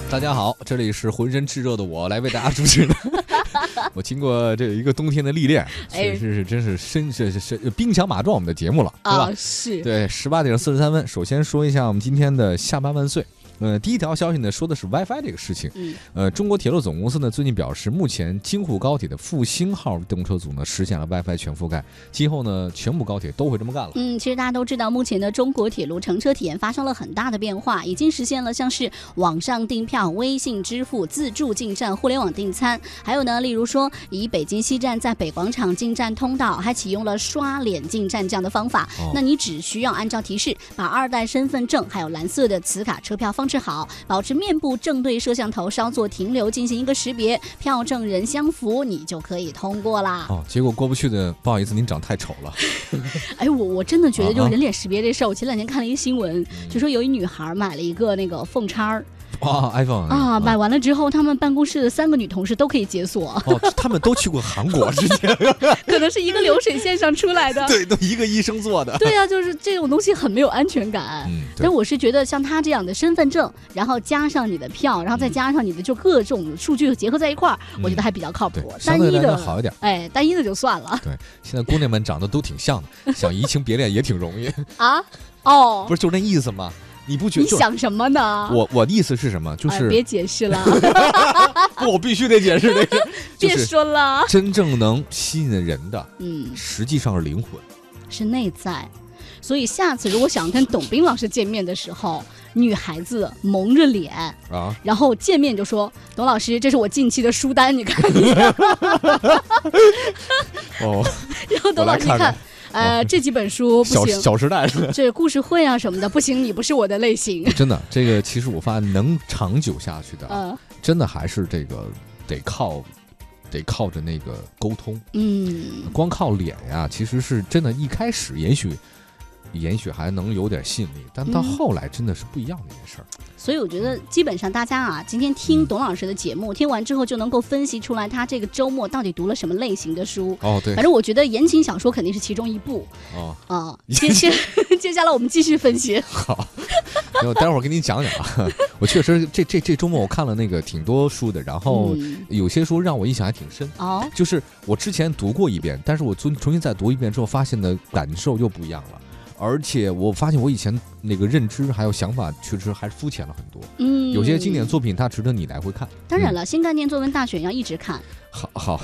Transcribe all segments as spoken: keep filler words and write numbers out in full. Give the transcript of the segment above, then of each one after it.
大家好，这里是浑身炽热的我来为大家主持的。我经过这一个冬天的历练，确实是真是身是是兵强马壮我们的节目了，对吧？ 啊、是。 对，十八点四十三分。首先说一下我们今天的下班万岁。呃，第一条消息呢，说的是 WiFi 这个事情。 嗯， 呃，中国铁路总公司呢最近表示，目前京沪高铁的复兴号动车组呢实现了 WiFi 全覆盖，今后呢全部高铁都会这么干了。 嗯，其实大家都知道，目前的中国铁路乘车体验发生了很大的变化，已经实现了像是网上订票、微信支付、自助进站、互联网订餐，还有呢，例如说以北京西站在北广场进站通道，还启用了刷脸进站这样的方法。哦、那你只需要按照提示，把二代身份证还有蓝色的磁卡车票放置好，保持面部正对摄像头，稍作停留，进行一个识别，票证人相符，你就可以通过啦。 哦，结果过不去的，不好意思，您长太丑了。 哎，我我真的觉得，就人脸识别这事儿，我前两天看了一个新闻， 嗯、 就说有一女孩买了一个那个凤叉。 啊 ，iPhone 啊，买完了之后，他们办公室的三个女同事都可以解锁。 哦，他们都去过韩国之前， 可能是一个流水线上出来的。 对，都一个医生做的。 对啊，就是这种东西很没有安全感。嗯，但我是觉得像他这样的身份证，然后加上你的票，然后再加上你的就各种数据结合在一块儿，嗯、我觉得还比较靠谱。单一的好一点， 哎，单一的就算了。 对，现在姑娘们长得都挺像的，想移情别恋也挺容易啊。哦， 不是就那意思吗？你不觉得？ 你想什么呢？ 我我的意思是什么？就是、 哎、别解释了。 不，我必须得解释这个。 别说了。 真正能吸引人的， 嗯， 实际上是灵魂， 是内在。所以下次如果想跟董斌老师见面的时候，女孩子蒙着脸啊，然后见面就说：“董老师，这是我近期的书单，你看一下。” 哦， 然后董老师一看。呃，这几本书不行， 小时代这故事会啊什么的不行，你不是我的类型。 真的，这个其实我发现能长久下去的， 嗯、呃， 真的还是这个得靠，得靠着那个沟通。 嗯， 光靠脸呀，其实是真的，一开始也许，也许还能有点吸引力，但到后来真的是不一样的一件事儿。 嗯，所以我觉得基本上大家啊，今天听董老师的节目，嗯、听完之后就能够分析出来他这个周末到底读了什么类型的书。 哦，对。 反正我觉得言情小说肯定是其中一部。 哦。 啊，接下接下来我们继续分析。 好，我待会儿给你讲讲啊。我确实这这这周末我看了那个挺多书的，然后有些书让我印象还挺深。 哦。 就是我之前读过一遍，但是我重重新再读一遍之后，发现的感受又不一样了。而且我发现我以前那个认知还有想法确实还是肤浅了很多。 嗯， 有些经典作品它值得你来回看。 当然了，嗯、新概念作文大选要一直看。 好好，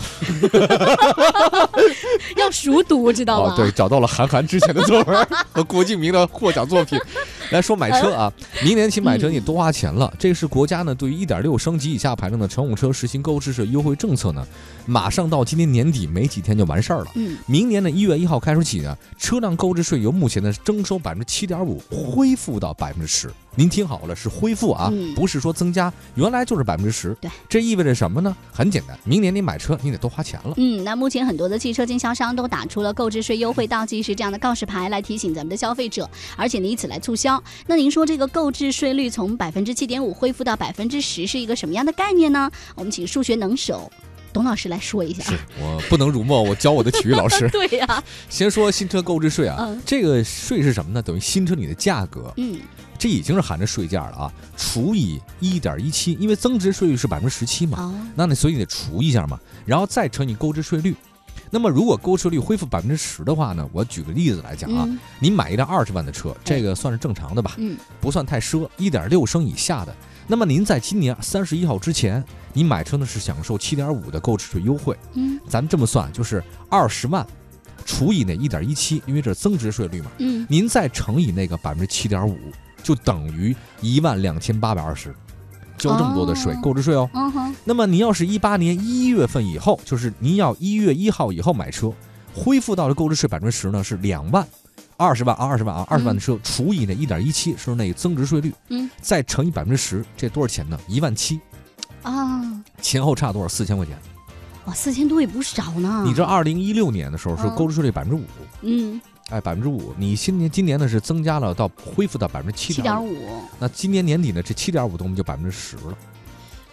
要熟读，知道吗？ 哦，对，找到了韩寒之前的作文和郭敬明的获奖作品。来说买车啊，明年起买车你多花钱了。嗯、这是国家呢对于 一点六 升级以下排量的乘用车实行购置税优惠政策呢，马上到今年年底没几天就完事儿了。 嗯， 明年的一月一号开始起呢，车辆购置税由目前的征收百分之七点五恢复到百分之十。您听好了，是恢复啊， 嗯、 不是说增加，原来就是百分之十。 对， 这意味着什么呢？很简单，明年你买车你得多花钱了。 嗯，那目前很多的汽车经销商都打出了购置税优惠倒计时这样的告示牌来提醒咱们的消费者，而且呢以此来促销。那您说这个购置税率从百分之七点五恢复到百分之十是一个什么样的概念呢？我们请数学能手董老师来说一下。 是我不能辱没我教我的体育老师。 对呀、啊， 先说新车购置税啊，嗯、这个税是什么呢？等于新车你的价格， 嗯， 这已经是含着税价了啊，除以一点一七，因为增值税率是百分之十七嘛， 哦、 那你所以你得除一下嘛，然后再乘以购置税率。那么如果购置税率恢复百分之十的话呢，我举个例子来讲啊， 嗯、 你买一辆二十万的车，这个算是正常的吧， 嗯， 不算太奢，一点六升以下的。那么您在今年三十一号之前，你买车呢是享受七点五的购置税优惠。 嗯， 咱们这么算，就是二十万除以那一点一七，因为这是增值税率嘛。 嗯， 您再乘以那个百分之七点五，就等于一万两千八百二十，交这么多的税， 哦、 购置税哦。 嗯哼。 那么您要是一八年一月份以后，就是您要一月一号以后买车，恢复到的购置税百分之十呢是两万。二十万啊，二十万啊，二十万的车、嗯、除以那一点一七是那个增值税率， 嗯， 再乘以百分之十，这多少钱呢？一万七， 啊， 前后差多少？四千块钱。 哇，四千多也不少呢。 你这二零一六年的时候是购置税率百分之五， 嗯， 哎，百分之五。你今年今年呢是增加了到恢复到百分之七点五，那今年年底呢这七点五的我们就百分之十了。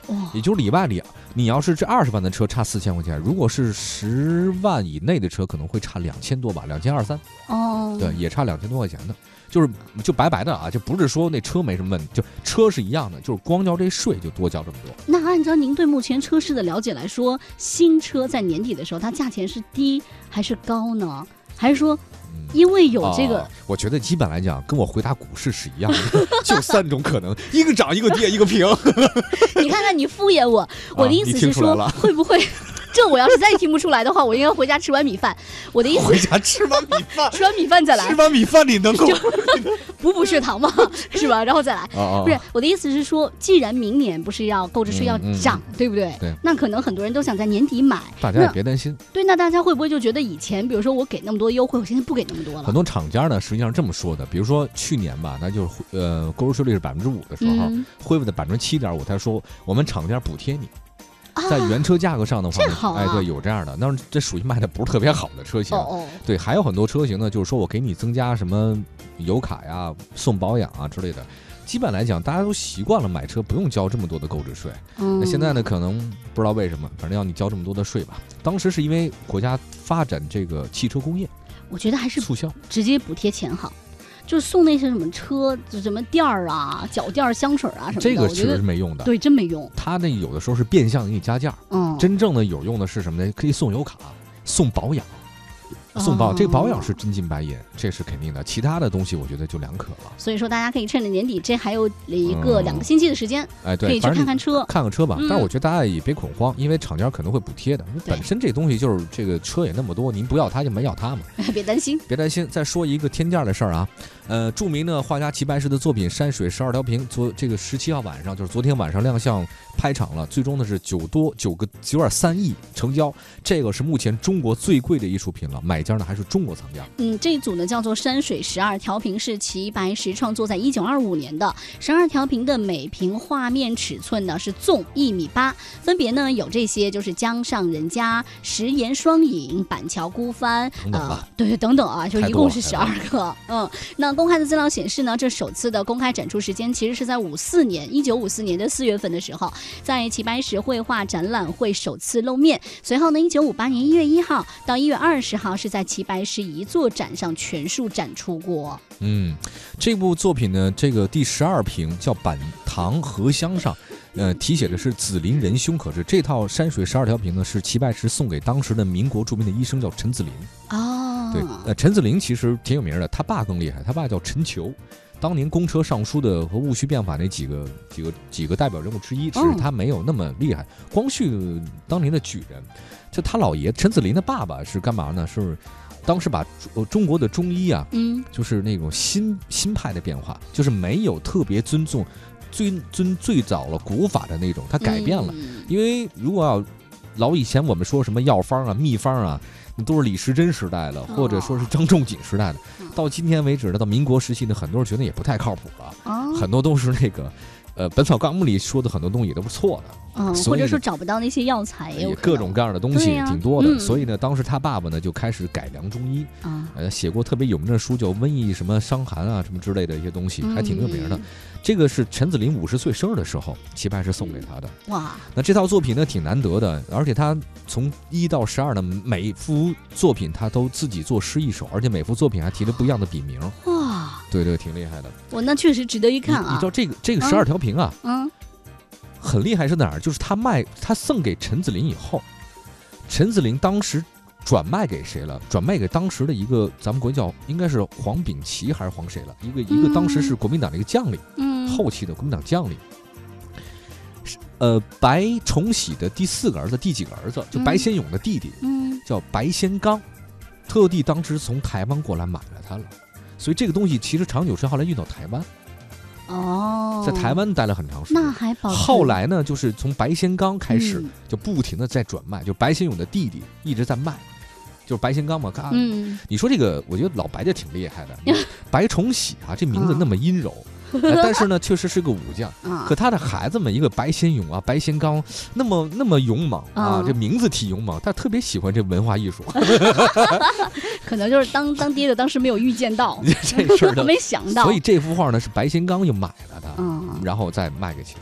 哇， 也就是里外里，你要是这二十万的车差四千块钱，如果是十万以内的车，可能会差两千多吧，两千二三。 哦， 对，也差两千多块钱的，就是就白白的啊，就不是说那车没什么问题，就车是一样的，就是光交这税就多交这么多。 那按照您对目前车市的了解来说，新车在年底的时候，它价钱是低还是高呢？还是说？因为有这个、 哦，我觉得基本来讲，跟我回答股市是一样的，就三种可能，一个涨，一个跌，一个平。 你看看你敷衍我，我的意思是说， 啊、 会不会？这我要是再听不出来的话，我应该回家吃完米饭。我的意思， 回家吃完米饭， 吃完米饭再来。 吃完米饭你能够补补血糖嘛，是吧？然后再来。 哦哦不是，我的意思是说，既然明年不是要购置税要涨， 嗯嗯、 对不对？ 对。 那可能很多人都想在年底买。 大家也别担心。 对，那大家会不会就觉得以前，比如说我给那么多优惠，我现在不给那么多了？ 很多厂家呢，实际上这么说的，比如说去年吧，那就是呃购置税率是百分之五的时候， 嗯、 恢复的百分之七点五，他说我们厂家补贴你。在原车价格上的话呢， 啊、 哎，对，有这样的，但是这属于卖的不是特别好的车型。 哦哦， 对，还有很多车型呢，就是说我给你增加什么油卡呀、送保养啊之类的。基本来讲，大家都习惯了买车不用交这么多的购置税。 嗯、 那现在呢，可能不知道为什么，反正要你交这么多的税吧。当时是因为国家发展这个汽车工业， 我觉得还是促销， 直接补贴钱好。就是送那些什么车，什么垫儿啊、脚垫儿、香水啊什么的， 这个其实是没用的。 对，真没用。 它那有的时候是变相给你加价。 嗯， 真正的有用的是什么呢？可以送油卡、送保养。送保、哦、这保养是真金白银，这是肯定的。其他的东西我觉得就两可了。 所以说大家可以趁着年底，这还有一个、嗯、两个星期的时间， 哎，对， 可以去看看车， 看看车吧。 嗯、 但是我觉得大家也别恐慌，因为厂家可能会补贴的。本身这东西就是这个车也那么多，您不要它就没要它嘛。 别担心， 别担心。再说一个天价的事儿啊，呃，著名的画家齐白石的作品《山水十二条屏》，昨这个十七号晚上，就是昨天晚上亮相拍场了，最终呢是九多九个九点三亿成交，这个是目前中国最贵的艺术品了，买家呢还是中国。 嗯，这一组呢叫做山水十二条屏，是齐白石创作在一九二五年的。十二条屏的每屏画面尺寸呢是纵一米八，分别呢有这些，就是江上人家、石岩双影、板桥孤帆，呃，对对等等啊，就一共是十二个。嗯，那公开的资料显示呢，这首次的公开展出时间其实是在五四年，一九五四年的四月份的时候，在齐白石绘画展览会首次露面。随后呢，一九五八年一月一号到一月二十号是在齐白石一座展上全数展出过。 嗯，这部作品呢，这个第十二屏叫板堂荷香上，呃，题写的是子林仁兄可知。这套山水十二条屏呢，是齐白石送给当时的民国著名的医生叫陈子林。 哦， 对，呃，陈子林其实挺有名的，他爸更厉害，他爸叫陈求。当年公车上书的和戊戌变法那几个几个几个代表人物之一，只是他没有那么厉害。光绪当年的举人，就他老爷陈子林的爸爸是干嘛呢？是当时把中国的中医啊， 嗯， 就是那种新新派的变化，就是没有特别尊重尊尊最早了古法的那种，他改变了。 嗯、 因为如果要老以前我们说什么药方啊、秘方啊，那都是李时珍时代的，或者说是张仲景时代的。 哦、 到今天为止呢，到民国时期呢，很多人觉得也不太靠谱了， 哦、 很多都是那个。呃，《本草纲目》里说的很多东西也都是错的， 嗯，或者说找不到那些药材， 也各种各样的东西挺多的， 啊嗯、 所以呢，当时他爸爸呢就开始改良中医， 啊、 呃，写过特别有名的书叫《瘟疫什么伤寒啊什么之类的一些东西， 嗯、 还挺有名的。这个是陈子林五十岁生日的时候，齐白石送给他的。 哇， 那这套作品呢挺难得的，而且他从一到十二的每幅作品他都自己作诗一首，而且每幅作品还提了不一样的笔名。 哇， 对对，挺厉害的。 我那确实值得一看啊！ 你, 你知道这个这个十二条屏啊， 嗯。嗯很厉害是哪儿？就是他卖他送给陈子林以后，陈子林当时转卖给谁了？转卖给当时的一个咱们国叫应该是黄秉琦还是黄谁了？一个一个当时是国民党的一个将领， 嗯， 后期的国民党将领。呃，白崇禧的第四个儿子，第几个儿子？就白先勇的弟弟， 嗯， 叫白先刚，特地当时从台湾过来买了它了。所以这个东西其实长久之后来运到台湾。 哦， 在台湾待了很长时间， 那还保后来呢，就是从白先刚开始， 嗯、 就不停的在转卖，就白先勇的弟弟一直在卖，就是白先刚嘛。 嗯， 你说这个，我觉得老白家挺厉害的，白崇禧啊，这名字那么阴柔。呃、但是呢，确实是个武将。可他的孩子们，一个白先勇啊，白先刚，那么那么勇猛啊， 嗯、 这名字挺勇猛，他特别喜欢这文化艺术。 可能就是当当爹的当时没有预见到这事儿， 没想到。 所以这幅画呢是白先刚又买了的， 嗯， 然后再卖给其他的。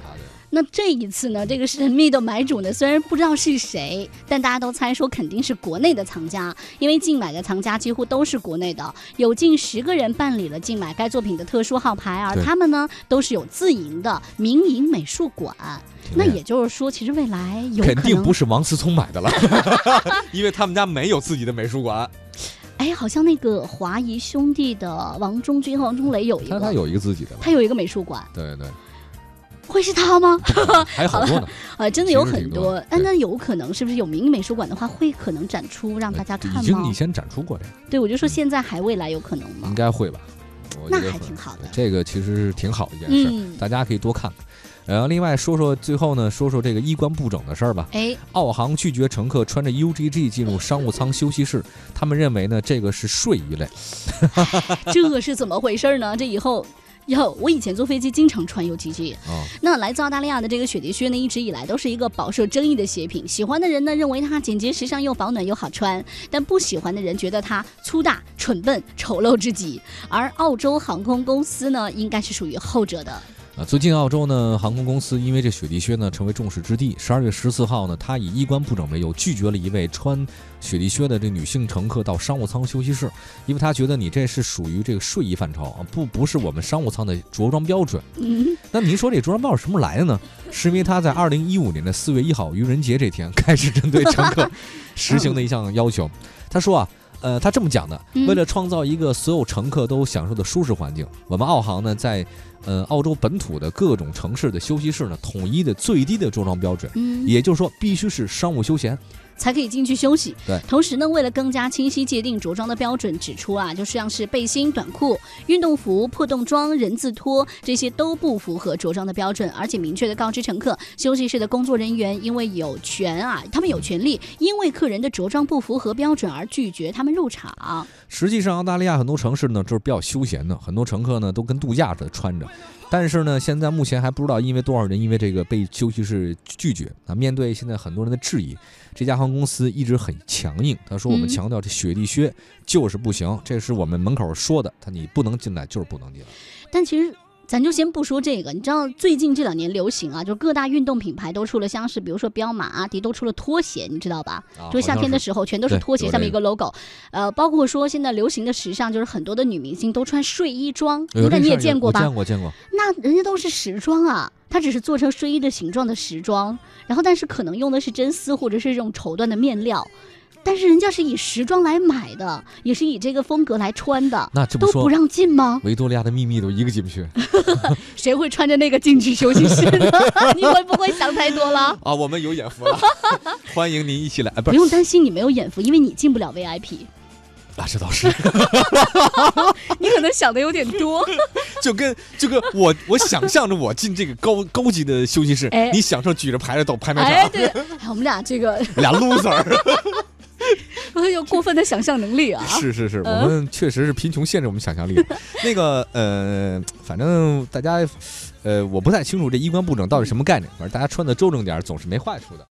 那这一次呢，这个神秘的买主呢，虽然不知道是谁，但大家都猜说肯定是国内的藏家，因为竞买的藏家几乎都是国内的，有近十个人办理了竞买该作品的特殊号牌，而他们呢都是有自营的民营美术馆。那也就是说，其实未来有可能肯定不是王思聪买的了，因为他们家没有自己的美术馆。 哎，好像那个华谊兄弟的王中军和王中磊有一个， 他有一个自己的， 他有一个美术馆。 对对， 会是他吗？ 还有好多呢。 啊，真的有很多。哎，那有可能是不是有民营美术馆的话，会可能展出让大家看吗？ 已经以前展出过这个。 对，我就说现在还未来有可能吗？ 应该会吧。 那还挺好的。 这个其实是挺好的一件事，嗯、大家可以多看看。然后另外说说最后呢，说说这个衣冠不整的事儿吧。 哎， 澳航拒绝乘客穿着 U G G 进入商务舱休息室，他们认为呢这个是睡衣类。 这是怎么回事呢？这以后。有，我以前坐飞机经常穿 U G G、哦、那来自澳大利亚的这个雪地靴呢，一直以来都是一个饱受争议的鞋品。喜欢的人呢认为它简洁时尚又保暖又好穿，但不喜欢的人觉得它粗大、蠢笨、丑陋至极。而澳洲航空公司呢，应该是属于后者的。 啊，最近澳洲呢航空公司因为这雪地靴呢成为众矢之的。十二月十四号呢，他以衣冠不整为由拒绝了一位穿雪地靴的这女性乘客到商务舱休息室，因为他觉得你这是属于这个睡衣范畴啊，不不是我们商务舱的着装标准。 嗯， 那您说这着装标准什么时候来的呢？是因为他在二零一五年的四月一号愚人节这天开始针对乘客实行的一项要求。他说啊。呃，他这么讲的，为了创造一个所有乘客都享受的舒适环境，我们澳航呢在呃澳洲本土的各种城市的休息室呢统一的最低的着装标准， 嗯， 也就是说必须是商务休闲才可以进去休息。 对， 同时呢，为了更加清晰界定着装的标准，指出啊，就像是背心、短裤、运动服、破洞装、人字拖这些都不符合着装的标准，而且明确的告知乘客，休息室的工作人员因为有权啊，他们有权利因为客人的着装不符合标准而拒绝他们入场。 实际上，澳大利亚很多城市呢就是比较休闲的，很多乘客呢都跟度假似的穿着。但是呢，现在目前还不知道因为多少人因为这个被休息室拒绝啊。面对现在很多人的质疑，这家航空公司一直很强硬。他说：“我们强调这雪地靴就是不行，嗯、这是我们门口说的，他你不能进来就是不能进来。” 但其实。咱就先不说这个，你知道最近这两年流行啊，就各大运动品牌都出了，像是比如说彪马、阿迪都出了拖鞋，你知道吧？ 啊、 就是夏天的时候全都是拖鞋，上面一个 logo。呃，包括说现在流行的时尚，就是很多的女明星都穿睡衣装，应该你也见过吧？ 见过见过。 那人家都是时装啊，它只是做成睡衣的形状的时装，然后但是可能用的是真丝或者是这种绸缎的面料。但是人家是以时装来买的，也是以这个风格来穿的， 那这么说都不让进吗？ 维多利亚的秘密都一个进不去， 谁会穿着那个进去休息室呢？你会不会想太多了？ 啊，我们有眼福了，欢迎您一起来。啊、不, 不用担心，你没有眼福，因为你进不了 V I P。 啊，这倒是， 你可能想的有点多， 就跟就跟我我想象着我进这个高高级的休息室， 哎、 你享受举着牌子到拍卖场， 哎，对，哎，我们俩这个俩 loser。 有过分的想象能力啊！ 是是是，我们确实是贫穷限制我们想象力。那个呃，反正大家呃，我不太清楚这衣冠不整到底什么概念，反正大家穿的周正点总是没坏处的。